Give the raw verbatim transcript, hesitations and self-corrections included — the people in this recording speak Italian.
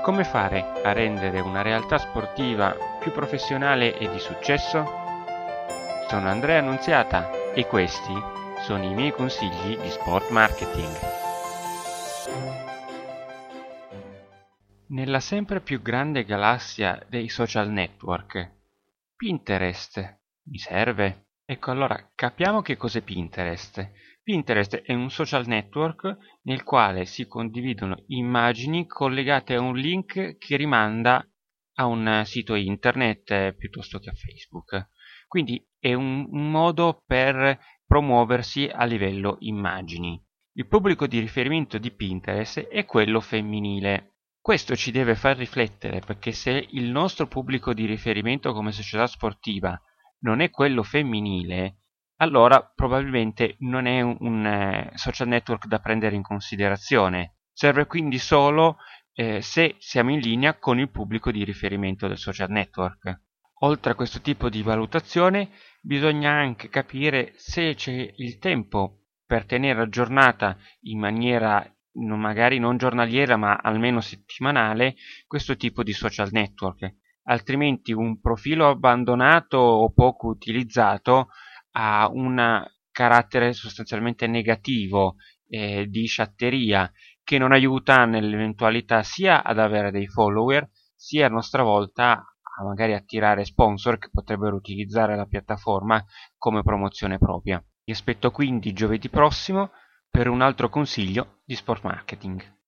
Come fare a rendere una realtà sportiva più professionale e di successo? Sono Andrea Annunziata e questi sono i miei consigli di sport marketing. Nella sempre più grande galassia dei social network, Pinterest mi serve? Ecco, allora capiamo che cos'è Pinterest. Pinterest è un social network nel quale si condividono immagini collegate a un link che rimanda a un sito internet eh, piuttosto che a Facebook. Quindi è un, un modo per promuoversi a livello immagini. Il pubblico di riferimento di Pinterest è quello femminile. Questo ci deve far riflettere, perché se il nostro pubblico di riferimento come società sportiva non è quello femminile, allora probabilmente non è un, un eh, social network da prendere in considerazione. Serve quindi solo eh, se siamo in linea con il pubblico di riferimento del social network. Oltre a questo tipo di valutazione, bisogna anche capire se c'è il tempo per tenere aggiornata in maniera non- magari non giornaliera ma almeno settimanale questo tipo di social network. Altrimenti un profilo abbandonato o poco utilizzato ha un carattere sostanzialmente negativo eh, di sciatteria che non aiuta nell'eventualità sia ad avere dei follower sia a nostra volta a magari attirare sponsor che potrebbero utilizzare la piattaforma come promozione propria. Vi aspetto quindi giovedì prossimo per un altro consiglio di sport marketing.